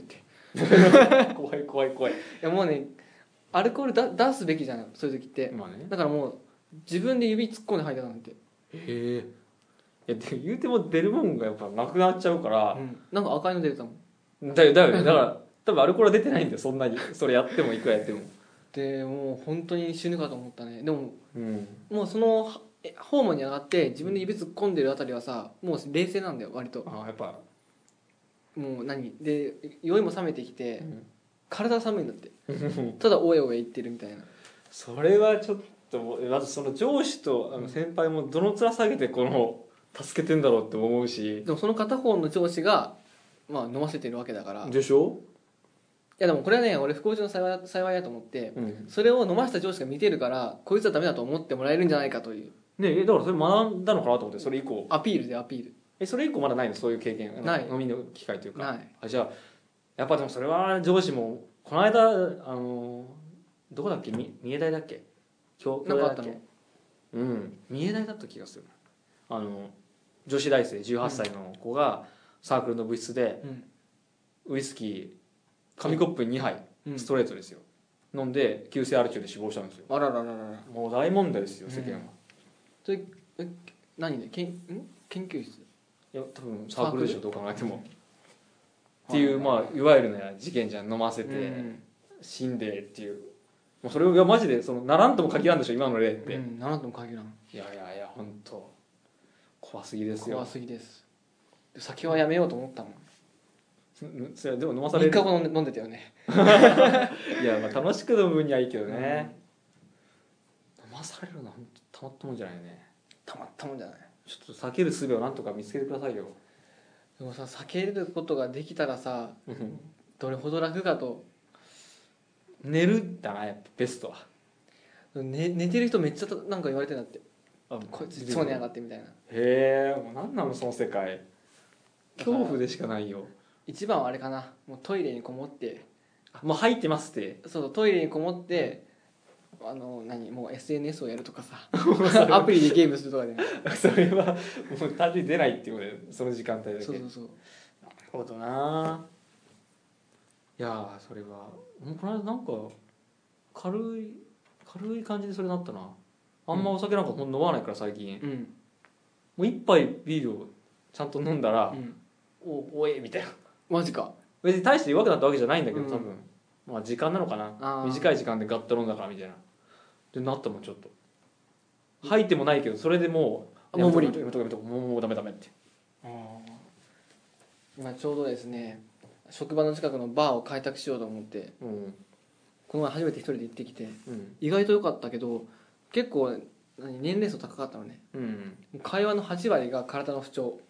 怖い怖い怖い。いやもうねアルコールだ出すべきじゃないそういう時って、まあね、だからもう自分で指突っ込んで吐いてたなんて。へえ。いやで言うても出るもんがやっぱなくなっちゃうから、 うん、なんか赤いの出てたもんだよだよねだから多分アルコールは出てないんだよそんなにそれやってもいくらやっても。 でもう本当に死ぬかと思ったね。でも、 うん、 もうそのホームに上がって自分で指突っ込んでるあたりはさもう冷静なんだよ割と。 ああやっぱもう何で酔いも冷めてきて、うん、体寒いんだってただおえおえ言ってるみたいな。 それはちょっとまずその上司とあの先輩もどの面下げてこの助けてんだろうって思うし、 でもその片方の上司が、まあ、飲ませてるわけだからでしょ。 いやでもこれはね俺不幸中の幸い、幸いだと思って、うん、それを飲ませた上司が見てるからこいつはダメだと思ってもらえるんじゃないかというねえだからそれ学んだのかなと思ってそれ以降アピールでアピール。 えそれ以降まだないのそういう経験ない飲みの機会というか。 ない。 あじゃあやっぱでもそれは上司もこの間あのどこだっけ三重大だっけ京都大だっけうん三重大だった気がする。あの女子大生じゅうはっさいの子がサークルの部室で、うん、ウイスキー紙コップににはいストレートですよ、うん、飲んで急性アル中で死亡したんですよ。 あらららららもう大問題ですよ世間は、うん、 それえ何でけんん研究室。 いや多分サークルでしょどう考えてもっていうまあいわゆるね事件じゃん飲ませて、うん、死んでっていうもうそれがマジでそのならんとも限らんでしょ今の例って、 うん、ならんとも限らん。 いやいやいや本当怖すぎですよ。 怖すぎです。酒はやめようと思ったもん。 それでも飲まされるみっかご飲んで、飲んでたよねいやまあ楽しく飲む分にはいいけどね、うん、飲まされるのはたまったもんじゃないね。 たまったもんじゃない。 ちょっと避ける術をなんとか見つけてくださいよ。 でもさ避けることができたらさどれほど楽かと。 寝るだなやっぱベストは。 寝, 寝てる人めっちゃなんか言われてるんだって。あこいついつも寝上がってみたいな。へえもう何なのその世界恐怖でしかないよ。 一番はあれかなもうトイレにこもってもう入ってますってそうトイレにこもってあの何もう エスエヌエス をやるとかさアプリでゲームするとかで、ね、 それはもう単純に出ないっていうことでその時間帯だけ。 そうそうそう。 なるほどな。いやそれはもうこの間なんか軽い軽い感じでそれなったな。あんまお酒なんか飲まないから最近、うん、もう一杯ビールをちゃんと飲んだら、うん、おおえみたいな。 マジか。 別に大して弱くなったわけじゃないんだけど、うん、多分まあ時間なのかな短い時間でガッと飲んだからみたいなでなったもんちょっと吐いてもないけどそれでもうもう無理やめとやめとやめともうもうダメダメって。あ今ちょうどですね職場の近くのバーを開拓しようと思って、うん、この前初めて一人で行ってきて、うん、意外と良かったけど結構年齢層高かったのね、うん、会話のはち割が体の不調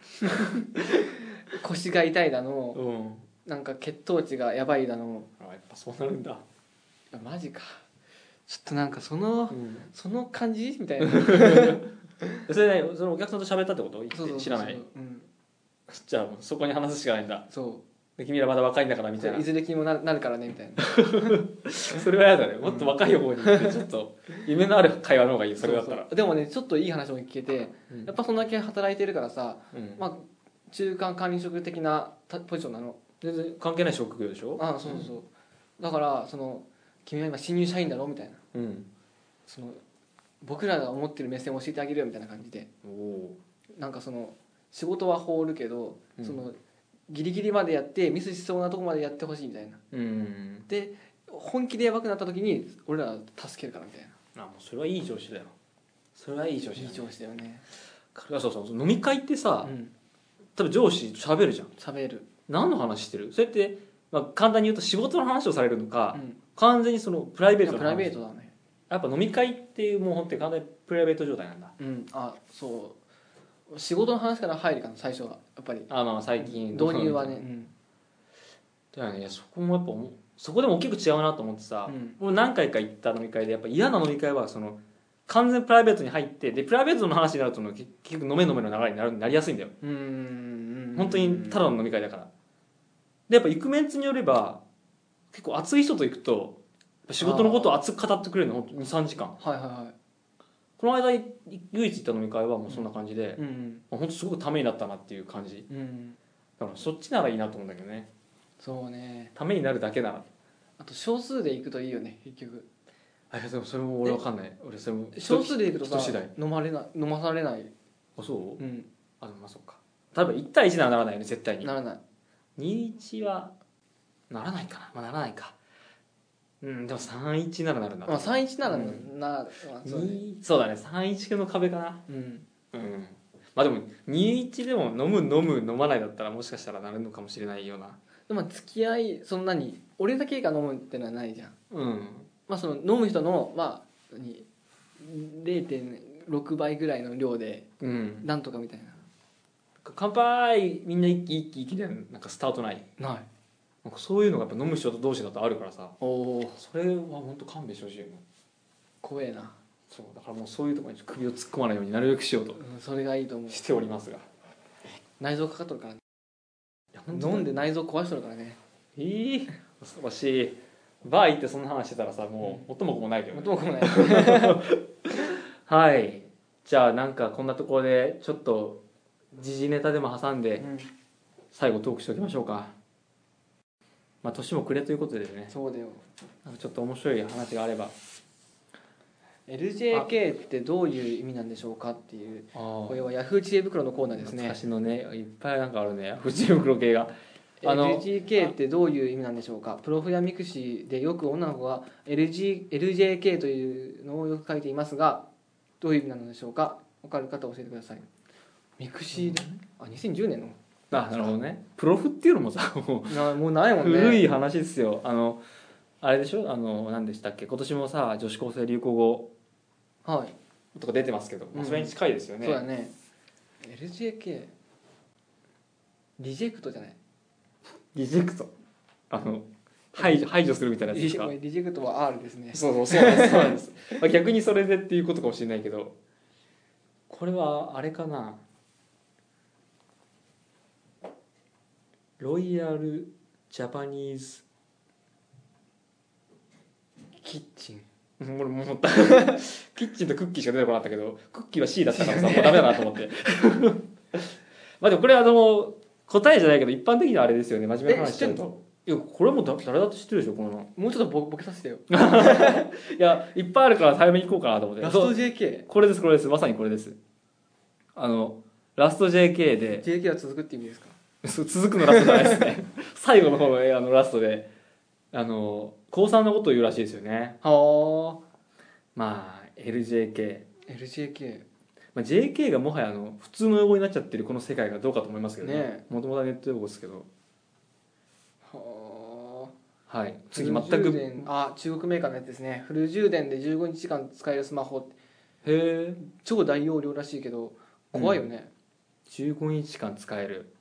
腰が痛いだの、うん、なんか血糖値がやばいだの。 あやっぱそうなるんだ。 マジかちょっとなんかその、うん、その感じみたいなそれ、ね、そのお客さんと喋ったってこと？ そうそうそう知らない、うん、じゃあそこに話すしかないんだ。 そうで君らまだ若いんだからみたいな。 いずれ君もなる、なるからねみたいなそれは嫌だね。もっと若い方に行ってちょっと夢のある会話の方がいいそれだったら。そうそうでもねちょっといい話も聞けて、うん、やっぱそんだけ働いてるからさ、うん、まあ中間管理職的なポジションなの。 全然関係ない職業でしょ。 ああそうそうそう、うん、だからその君は今新入社員だろみたいな、うん、その僕らが思ってる目線を教えてあげるよみたいな感じで、おなんかその仕事は放るけど、うん、そのギリギリまでやってミスしそうなとこまでやってほしいみたいな、うん、で本気でやばくなった時に俺ら助けるからみたいな。あもうそれはいい上司だよ。それはいい上司だ、 ね、いい上司だよね。 そうそう飲み会ってさ、うん、多分上司と喋るじゃん。 喋る。 何の話してる？それって、まあ、簡単に言うと仕事の話をされるのか、うん、完全にそのプライベートの話。 プライベートだね。 やっぱ飲み会っていうもう本当に完全にプライベート状態なんだ。 うん、あそう仕事の話から入るかな最初はやっぱり。 あまあ最近導入はね。うん、 だよね。そこもやっぱそこでも大きく違うなと思ってさ、うん、俺何回か行った飲み会でやっぱ嫌な飲み会はその完全プライベートに入ってでプライベートの話になると結局飲め飲めの流れになるなりやすいんだよ。うん、本当にただの飲み会だから。でやっぱ行くメンツによれば結構熱い人と行くと仕事のことを熱く語ってくれるのほんと にさんじかん。 はいはいはい。 この間唯一行った飲み会はもうそんな感じで、うんうん、本当すごくためになったなっていう感じ、うん、だからそっちならいいなと思うんだけどね。 そうね、 ためになるだけなら。 あと少数で行くといいよね結局。 あいやでもそれも俺わかんない。俺それも少数で行くとさ人次第。 飲まれない飲まされない。 あそう？ うんあでもまあそうか。例えばいち対いちならならないよね絶対に。 ならない。 にいちはならないかな。まあならないか。うんでもさんいちならなるな。 まあさんいちならな、 うんな、まあそうね。 そうだねさんいちの壁かな。 うん。 うんまあでもにいちでも飲む飲む飲まないだったらもしかしたらなるのかもしれないような。 でも付き合いそんなに俺だけが飲むってのはないじゃん。 うんまあその飲む人のまあ何 れいてんろく 倍ぐらいの量でうんなんとかみたいな。 乾杯みんな一気一気一気でなんかスタートない。 ない。 なんかそういうのがやっぱ飲む人同士だとあるからさ。 おお。 それは本当勘弁してほしいよね。 怖えな。 そうだからもうそういうところに首を突っ込まないようになるべくしようとうん、それがいいと思う。 しておりますが。 内臓かかっとるから、ね、 いや本当飲んで内臓壊しとるからね。 いい恐ろしい。バー行ってそんな話してたらさもう元も子もないけどね。 元も子もないはいじゃあなんかこんなところでちょっと時事ネタでも挟んでうん、 最後トークしておきましょうか。まあ年も暮れということでね、 そうだよ。 なんかちょっと面白い話があれば。 エルジェーケー ってどういう意味なんでしょうかっていう、 あこれはヤフー知恵袋のコーナーですね。 昔のねいっぱいなんかあるねフジ袋系が。 あの エルジーケー ってどういう意味なんでしょうか。プロフやミクシーでよく女の子が エルジー、エルジェーケー というのをよく書いていますが、どういう意味なのでしょうか。分かる方教えてください。ミクシーで、あにせんじゅうねんの。 あなるほどね。プロフっていうのもさもうなもうないもんね。 古い話ですよ。あのあれでしょ、あの何でしたっけ、今年もさ女子高生流行語はいとか出てますけど、 うん、 それに近いですよね。 そうだね。 エルジェーケー リジェクトじゃない。 リジェクト、あの排除排除するみたいなやつですか。 リジェクトは アール ですね。 そうそうそうなんですそうなんですまあ逆にそれでっていうことかもしれないけど、これはあれかな、ロイヤルジャパニーズキッチン。 俺も思ったキッチンとクッキーしか出てこなかったけど、クッキーは C だったからさもうダメだなと思ってまあでもこれはあの答えじゃないけど一般的にはあれですよね。真面目な話しちゃうと、いやこれもだ誰だって知ってるでしょこの。 もうちょっとボボケさせてよいやいっぱいあるから早めに行こうかなと思って。 ラスト ジェーケー。 これですこれです、まさにこれです。あのラスト ジェーケー でジェーケー は続くって意味ですか。 続くのラストじゃないですね最後の方の映画のラストであの高さんのことを言うらしいですよね。 はあ。 まあ エルジェーケー、 エルジェーケー、 まあ、ジェーケー がもはやあの普通の用語になっちゃってるこの世界がどうかと思いますけどね。もともとはネット用語ですけど。 はあはい次次全くあ中国メーカーのやつですね。フル充電でじゅうごにちかん使えるスマホ。 へえ超大容量らしいけど怖いよね、 うん、じゅうごにちかん使える。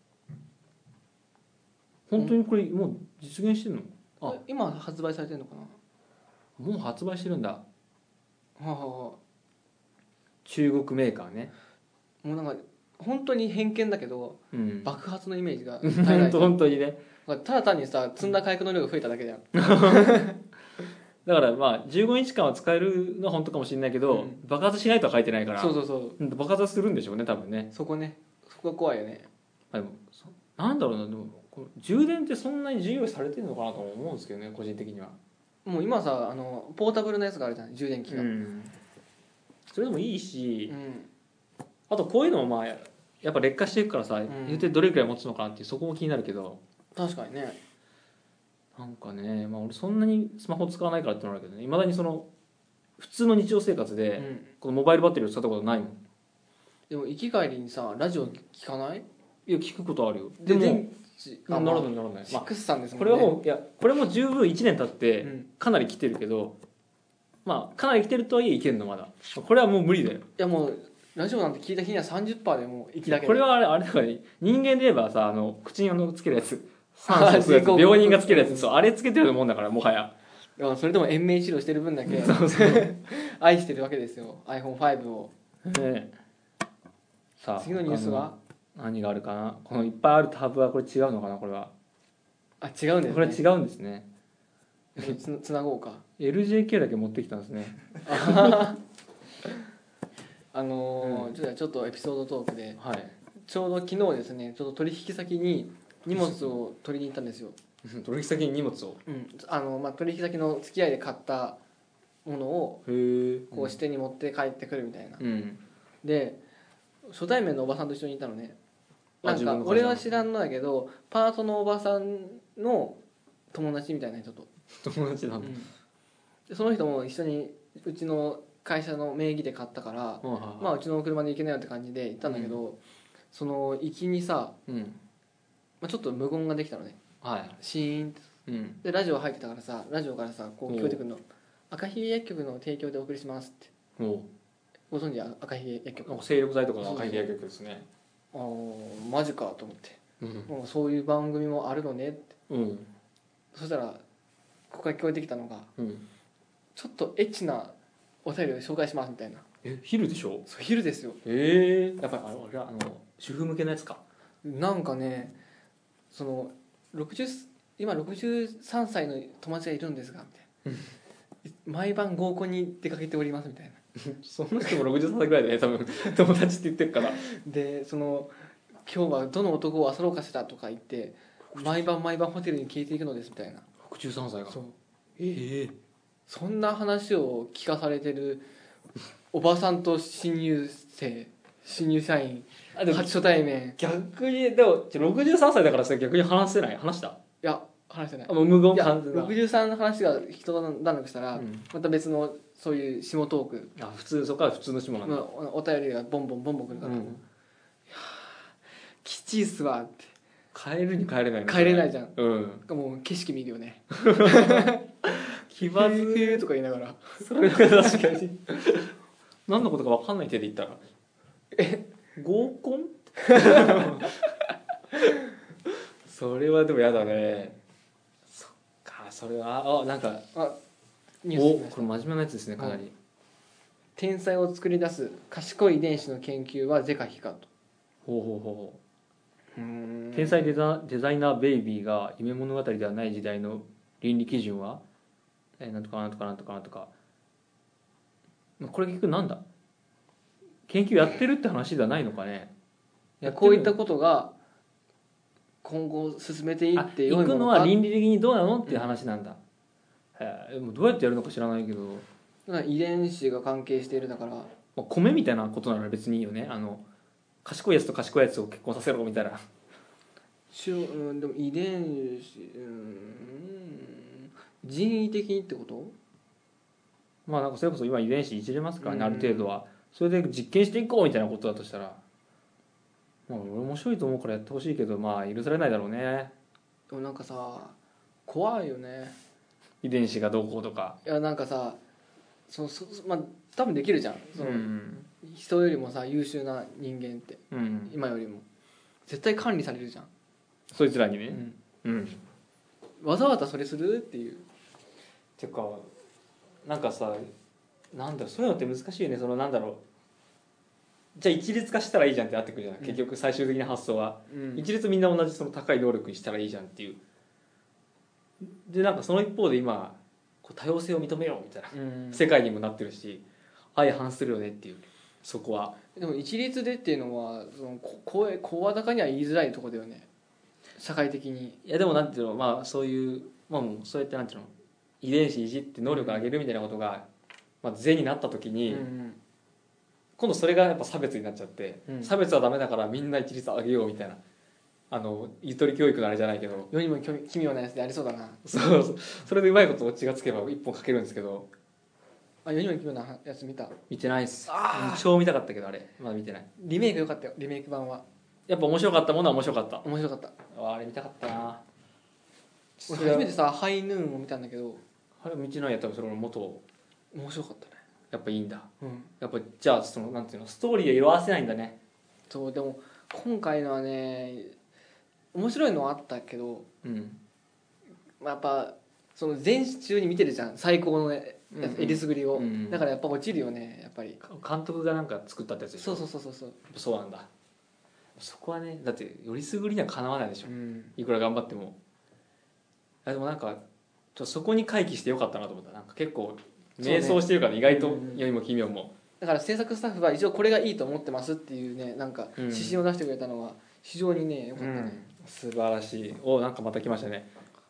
本当にこれもう実現してるの？ あ今発売されてるのかな。 もう発売してるんだ。 はあ、はあ、 中国メーカーね。 もうなんか本当に偏見だけど、 うん、 爆発のイメージが本当本当にね。 ただ単にさ積んだ火薬の量が増えただけじゃんだからまあじゅうごにちかんは使えるのは本当かもしれないけど、うん、爆発しないとは書いてないから。 そうそうそう、 爆発するんでしょうね多分ね。 そこね、そこが怖いよね。 あでもなんだろうな、でもこう充電ってそんなに重要視されてるのかなと思うんですけどね個人的には。 もう今さあのポータブルなやつがあるじゃん、充電器が、うん、 それでもいいし、 うん、 あとこういうのもまあやっぱ劣化していくからさ、うん、言ってどれくらい持つのかなっていうそこも気になるけど。 確かにね。 なんかね、まあ、俺そんなにスマホ使わないからってのあるけどね、いまだにその普通の日常生活で、うん、このモバイルバッテリーを使ったことないもん。 でも行き帰りにさラジオ聞かない？ いや聞くことあるよ。 でも電池あならないならない、 シックスさんですもんね。これはもういやこれも十分いちねん経ってかなり来てるけど、うん、まあかなり来てるとはいえいけんのまだ。これはもう無理だよ。いやもうラジオなんて聞いた日には さんじゅっパーセント でもう行きだけ。 これはあれあれだから、ね、人間で言えばさあの口にあのつけるやつ酸素するやつ病人がつけるやつ、そうあれつけてるもんだからもはや。 いやそれでも延命治療してる分だけそうそう愛してるわけですよ アイフォンファイブ を。 ね、さあ次のニュースは何があるかな。このいっぱいあるタブはこれ違うのかな。これはあ違うんですね。 これ違うんですね。 つ, つなごうか。 エルジェーケー だけ持ってきたんですねあのーうん、ちょっとちょっとエピソードトークで、 はい、 ちょうど昨日ですねちょっと取引先に荷物を取りに行ったんですよ。 取引先に荷物を、 うんあのまあ、取引先の付き合いで買ったものをこう支店に持って帰ってくるみたいな、うん、で初対面のおばさんと一緒にいたのね。なんか俺は知らんのだけどパートのおばさんの友達みたいな人と友達なんだ、うん、 でその人も一緒にうちの会社の名義で買ったから、うん、まあうちの車で行けないよって感じで行ったんだけど、うん、その行きにさ、うんまあ、ちょっと無言ができたのね、はい、シーンって、うん、でラジオ入ってたからさラジオからさこう聞こえてくるの赤ひげ薬局の提供でお送りしますっておご存知赤ひげ薬局精力剤とかの赤ひげ薬局ですね。 ああマジかと思って、うん、もうそういう番組もあるのねって、うん、そしたらここから聞こえてきたのが、うん、ちょっとエッチなお便りを紹介しますみたいな。 え昼でしょ。 そう昼ですよ。 ええー、やっぱりあれあの主婦向けのやつか。 なんかねそのろくじゅう今ろくじゅうさんさいの友達がいるんですがみたいな毎晩合コンに出かけておりますみたいなその人もろくじゅうさんさいぐらいでね多分友達って言ってるからでその今日はどの男を遊ろうかしらとか言って毎晩毎晩ホテルに消えていくのですみたいな。ろくじゅうさんさいがそうええー、そんな話を聞かされてるおばさんと新入生新入社員初対面。 逆にでもろくじゅうさんさいだからさ逆に話せない話したいや話してない。 あもう無言。いやろくじゅうさんの話が人段落したら、うん、また別のそういう下トークあ普通そこから普通の下なんだ、 お, お便りがボンボンボンボンくるから、うん、いやきちいっすわって帰るに帰れない帰れないじゃん、うん、もう景色見るよね気まずーとか言いながらそれが確かに何のことか分かんない手で言ったらえ合コンそれはでもやだね。そっかそれはあなんかあニュースおこれ真面目なやつですねかなり。 天才を作り出す賢い遺伝子の研究は是か非かと。 ほうほうほう。うーん天才デザ、デザイナーベイビーが夢物語ではない時代の倫理基準はえなんとかなんとかなんとかなんとかこれ結局なんだ研究やってるって話ではないのかね。 いやこういったことが今後進めていって良いものか行くのは倫理的にどうなのっていう話なんだ、うん、へえもうどうやってやるのか知らないけど遺伝子が関係しているだから、まあ、米みたいなことなら別にいいよね。あの賢いやつと賢いやつを結婚させろみたいなしゅ、うん、でも遺伝子うん人為的にってこと？ まあなんかそれこそ今遺伝子いじれますからね、ある程度は。それで実験していこうみたいなことだとしたらまあ俺面白いと思うからやってほしいけどまあ許されないだろうね。 でもなんかさ怖いよね遺伝子がどうこうとか。 いやなんかさそそまあ多分できるじゃんその、うん、人よりもさ優秀な人間って、うん、今よりも絶対管理されるじゃんそいつらにね、うん、うん、 わざわざそれするっていうてかなんかさなんだろうそういうのって難しいよね。そのなんだろうじゃあ一律化したらいいじゃんってなってくるじゃん、うん、結局最終的な発想は、うん、一律みんな同じその高い能力にしたらいいじゃんっていうでなんかその一方で今こう多様性を認めようみたいな、うん、世界にもなってるし相反するよねっていうそこは。 でも一律でっていうのはその声声高には言いづらいところだよね社会的に。 いやでもなんていうのまあそういうまあもうそうやってなんていうの遺伝子いじって能力上げるみたいなことが、まあ、是になった時に、うんうん、今度それがやっぱ差別になっちゃって、うん、差別はダメだからみんな一律上げようみたいなあのゆとり教育のあれじゃないけど世にも奇妙なやつでありそうだな。 そうそうそれでうまいことオチがつけば一本かけるんですけど。 あ世にも奇妙なやつ見た？ 見てないっす。超見たかったけどあれまだ見てない。 リメイク良かったよリメイク版は。 やっぱ面白かったものは面白かった。 面白かった。 ああれ見たかったな。 俺初めてさハイヌーンを見たんだけどあれ見てないやったらそれ俺元面白かったね。 やっぱいいんだ、うん、やっぱじゃあそのなんていうのストーリーを色あわせないんだね。 そうでも今回のはね面白いのはあったけど、うんまあ、やっぱその前史中に見てるじゃん最高のえりすぐりを、うんうん、だからやっぱ落ちるよねやっぱり。 監督がなんか作ったってやつでしょ。 そうそうそうそうそうなんだ。そこはねだってよりすぐりにはかなわないでしょ、うん、いくら頑張っても。あでもなんかちょっとそこに回帰してよかったなと思った。なんか結構迷走してるから、ね、意外と世にも奇妙も、うん、 だから制作スタッフは一応これがいいと思ってますっていうねなんか指針を出してくれたのは非常にね良かったね、 うん、素晴らしい。おなんかまた来ましたね。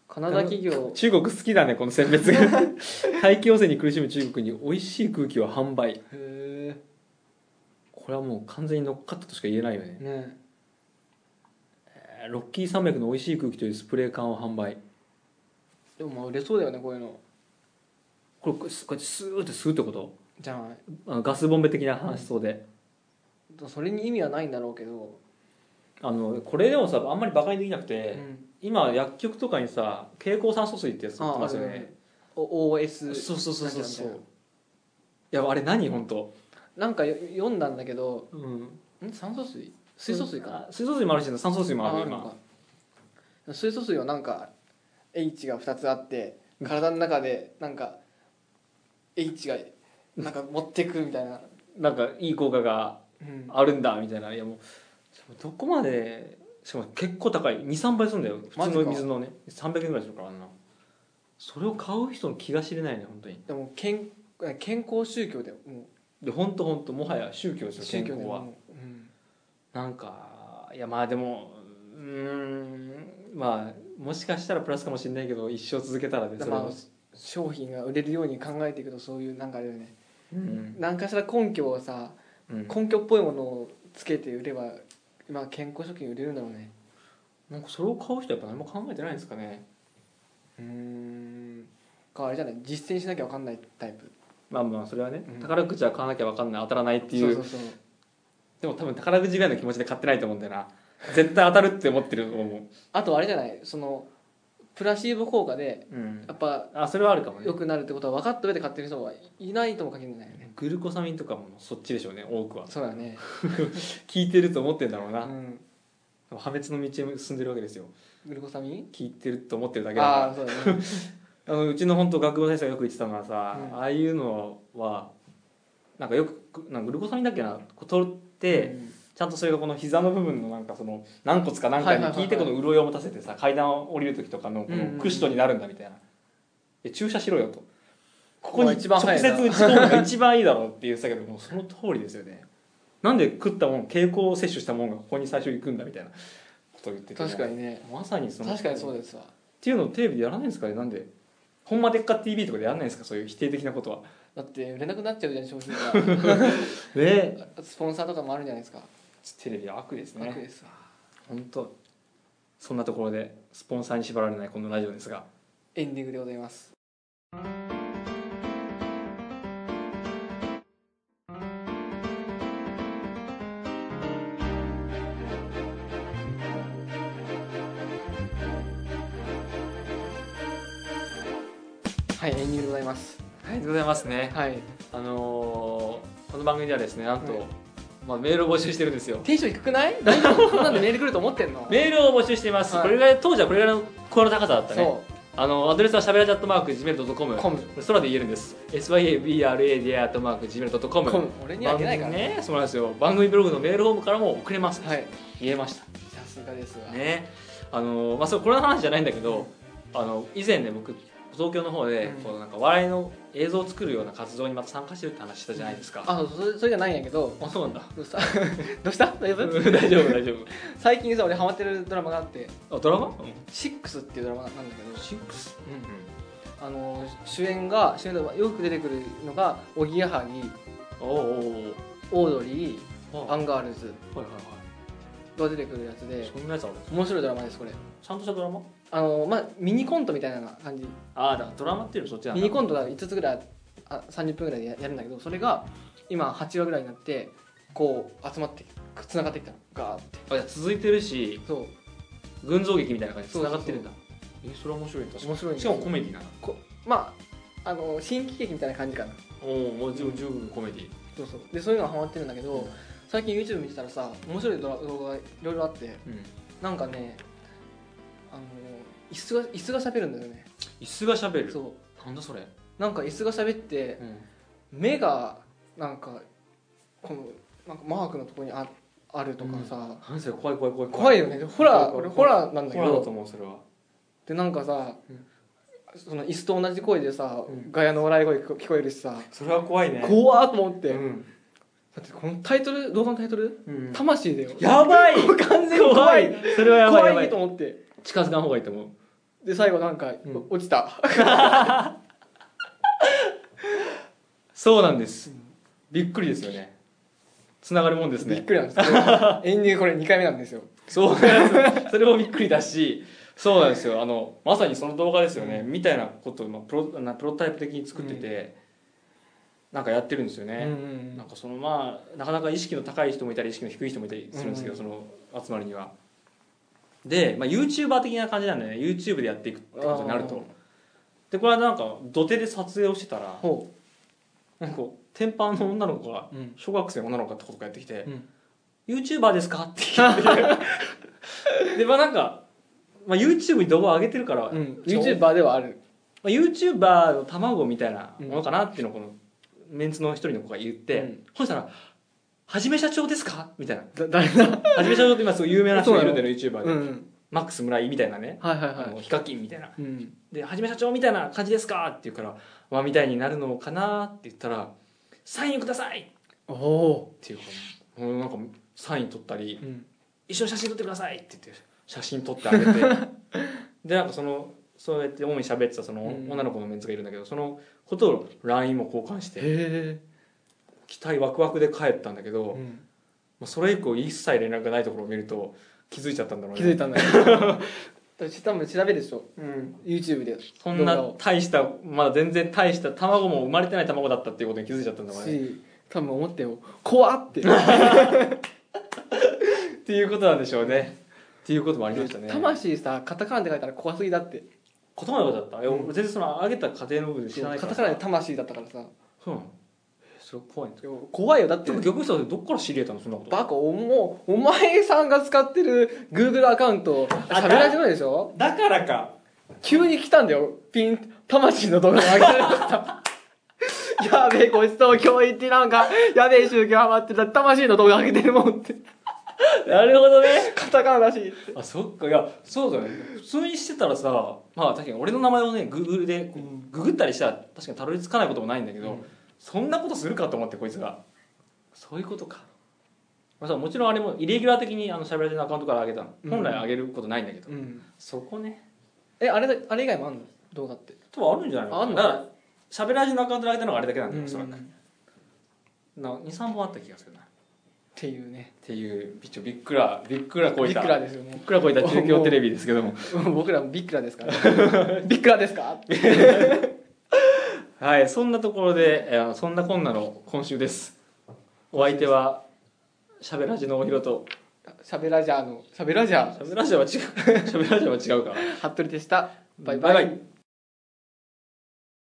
カナダ企業中国好きだねこの選別が大気汚染に苦しむ中国に美味しい空気を販売。へえ。これはもう完全に乗っかったとしか言えないよね。ねえー、ロッキー山脈の美味しい空気というスプレー缶を販売。 でもまあ売れそうだよねこういうの。 これこうやってスーって吸うってことじゃない。 あのガスボンベ的な話そうで、 うん、それに意味はないんだろうけど、 あのこれでもさあんまりバカにできなくて、うん、今薬局とかにさ蛍光酸素水ってやつ売ってますよね。 オーエスそうそうそうそうそう。いやあれ何本当なんか読んだんだけど、うん、ん酸素水水素水かな、 水素水もあるし酸素水もある今。 水素水はなんか H がふたつあって体の中でなんか H がなんか持ってくみたいななんかいい効果があるんだみたいな。いやもうどこまでしかも結構高い に,さん 倍するんだよ普通の水のねさんびゃくえんぐらいするからあんな。それを買う人の気が知れないね本当に。 でも健健康宗教でもうで本当本当もはや宗教ですよ健康は、うん、なんかいやまあでもうーんまあもしかしたらプラスかもしれないけど一生続けたらねそれも商品が売れるように考えていくとそういうなんかあれだよね、うん、何かしら根拠をさ、うん、根拠っぽいものをつけて売れば今健康食品売れるんだろうね。 なんかそれを買う人はやっぱ何も考えてないんですかね。 うーんかあれじゃない実践しなきゃ分かんないタイプ。 まあまあそれはね、うん、宝くじは買わなきゃ分かんない当たらないっていう。そうそうそう。でも多分宝くじぐらいの気持ちで買ってないと思うんだよな絶対当たるって思ってると思う。 あとあれじゃないそのプラシーボ効果で、うん、やっぱあそれはあるかもね。 良くなるってことは分かった上で買ってる人はいないとも限らないよね。 グルコサミンとかもそっちでしょうね多くは。 そうだね効いてると思ってるんだろうな、うん、破滅の道へ進んでるわけですよ。 グルコサミン効いてると思ってるだけだから。ああそうだねあのうちの本当学部の先生がよく言ってたのはさ、うん、ああいうのはなんかよくなんかグルコサミンだっけな取って、うん、ちゃんとそれがこの膝の部分のなんかその軟骨かなんかに効いてこの潤いを持たせてさ階段を降りる時とかのこのクッションになるんだみたいな。で注射しろよとここに直接打ち込むのが一番いいだろうって言ってたけどもうその通りですよね。なんで食ったもん経口摂取したもんがここに最初行くんだみたいなことを言ってて、 確かにねまさにその確かにそうですわっていうのをテレビでやらないんですかね。なんでほんまでっか ティーブイ とかでやらないんですかそういう否定的なことは。 だって売れなくなっちゃうじゃん商品がねスポンサーとかもあるんじゃないですか。 テレビは悪ですね。 悪ですわ本当。そんなところでスポンサーに縛られないこのラジオですがエンディングでございます。はいエンディングでございます。 はいでございますね。はいあのー、この番組ではですねなんと、はいまあ、メールを募集してるんですよ。 テンション低くない？大丈夫？こんなんでメール来ると思ってんの？ メールを募集しています、はい、これぐらい当時はこれぐらいの声の高さだったね。そうあのアドレスはしゃべらじ アットマークジーメールドットコム 空で言えるんです エスワイエービーアールエーディーアットマークジーメールドットコム俺には言えないからね。 そうなんですよ。番組ブログのメールフォームからも送れます、はい、言えました。 さすがですわね。あのまあそれこれの話じゃないんだけど、うん、あの以前ね僕東京の方で、うん、こうなんか笑いの映像を作るような活動にまた参加してるって話したじゃないですか。 あそれそれじゃないんやけど。 あそうなんだ。 どうしたどうした大丈夫大丈夫大丈夫最近さ俺ハマってるドラマがあって。 あドラマ、うん、 シックスっていうドラマなんだけど。 シックス、 うん、あの主演が主演でよく出てくるのがおぎやはぎ、おおオードリー、アンガールズ、はいはいはい、が出てくるやつで。 そんなやつあるんですか？ 面白いドラマですこれ。 ちゃんとしたドラマ？ あのまあミニコントみたいな感じ。 ああだドラマっていうのそっちなんだ。 ミニコントがいつつぐらいあさんじゅっぷんぐらいでやるんだけどそれが今はちわぐらいになってこう集まってつながってきたのガーって。 あいや続いてるしそう群像劇みたいな感じでつながってるんだ。えそれは面白い。確かに面白い。しかもコメディなの。こまああの新喜劇みたいな感じかな。 おおもう十分コメディ。 そうそうでそういうのがハマってるんだけど、うん、最近 YouTube 見てたらさ面白い動画がいろいろあって、うん、なんかねあの椅子が椅子が喋るんだよね。 椅子が喋る。 そうなんだそれ。 なんか椅子が喋って、うん、目がなんかこのなんかマークのところに あ, あるとかさ、うん、 何それ怖い怖い怖い怖いよね。ホラー俺ホラーなんだけど。 ホラーだと思うそれは。 でなんかさ、うん、その椅子と同じ声でさ、うん、ガヤの笑い声聞こえるしさ。 それは怖いね。 怖ーと思って。うん、だってこのタイトル動画のタイトル、うん、魂だよ。 やばい完全に怖い。 それはやばいやばい。 怖いと思って。 近づかん方がいいと思う。 で最後なんか、うん、落ちたそうなんです、うん、びっくりですよね。つながるもんですね。 びっくりなんですエンディングこれにかいめなんですよ。 そうなんですそれもびっくりだし、そうなんですよ、あのまさにその動画ですよね、うん、みたいなことをプロ、プロタイプ的に作ってて、うん、なんかやってるんですよね、うんうんうん、なんかそのまあなかなか意識の高い人もいたり意識の低い人もいたりするんですけど、うんうん、その集まりにはで、まあ、YouTuber 的な感じなんでね、 YouTube でやっていくってことになると、でこれはなんか土手で撮影をしてたら、なんか天パの女の子が、小学生の女の子がってことがやってきて、うん、YouTuber ですかって言ってでまあなんか、まあ、YouTube に動画を上げてるから、うん、 YouTuber ではある、 まあ、YouTuber の卵みたいなものかなっていうのをこのメンツの一人の子が言って、うん、そしたらはじめ社長ですかみたいな。誰だはじめ社長って今すごい有名な人がいるんだよね、YouTuber で、うん、マックス村井みたいなね、 はいはいはい、 あのヒカキンみたいな、うん、ではじめ社長みたいな感じですかって言うから、まあみたいになるのかなって言ったら、サインくださいおおっていうか、もうなんかサイン取ったり、うん、一緒に写真撮ってくださいって言って写真撮ってあげてでなんかそのそうやって主に喋ってたその女の子のメンツがいるんだけど、そのことを ライン も交換して、へ期待ワクワクで帰ったんだけど、うん、それ以降一切連絡がないところを見ると気づいちゃったんだろうね。 気づいたんだよ多分調べるでしょ、うん、YouTube でそんな大したまだ全然大した卵も生まれてない卵だったっていうことに気づいちゃったんだろうね。 多分思ってよ怖ってっていうことなんでしょうね、っていうこともありましたね。 魂さカタカナで書いたら怖すぎだって。 カタカナで書いてあった、うん、全然その上げた過程の部分知らないからカタカナで魂だったからさ。 そうなの。それ怖いんですけど。 怖いよ。だって逆にさ、どっから知り得たのそんなこと。 バカ、おもお前さんが使ってる Google アカウント喋られてないでしょ。 だからか急に来たんだよ、ピン魂の動画が上げられましたやべえこいつ東京行ってなんかやべえ宗教ハマってた魂の動画上げてるもんってなるほどね、 カタカナだし。 あ、そっか。いやそうだね、普通にしてたらさ、まあ確かに俺の名前をね Google でググったりしたら確かにたどり着かないこともないんだけど、うん、そんなことするかと思って、こいつが。そういうことか。まあ、もちろんあれもイレギュラー的にあのしゃべられのアカウントから上げたの、うん、本来上げることないんだけど、うん、そこね。えあれだ、あれ以外もあるの動画って。多分あるんじゃないの。あんの。だからしゃべられのアカウントで上げたのがあれだけなんだよ、おそらく。なにさんぼんあった気がするなっていうね。 っていうびっくらびっくらこいたびっくらですよね。 びっくらこいた中京テレビですけども僕らもびっくらですからびっくらですかはい、そんなところでそんなこんなの今週です。お相手はしゃべらじのおひろとしゃべらじゃのしゃべらじゃしゃべらじゃは違うしゃべらじゃは違うか服部でした。バイバイ。 バイバイ。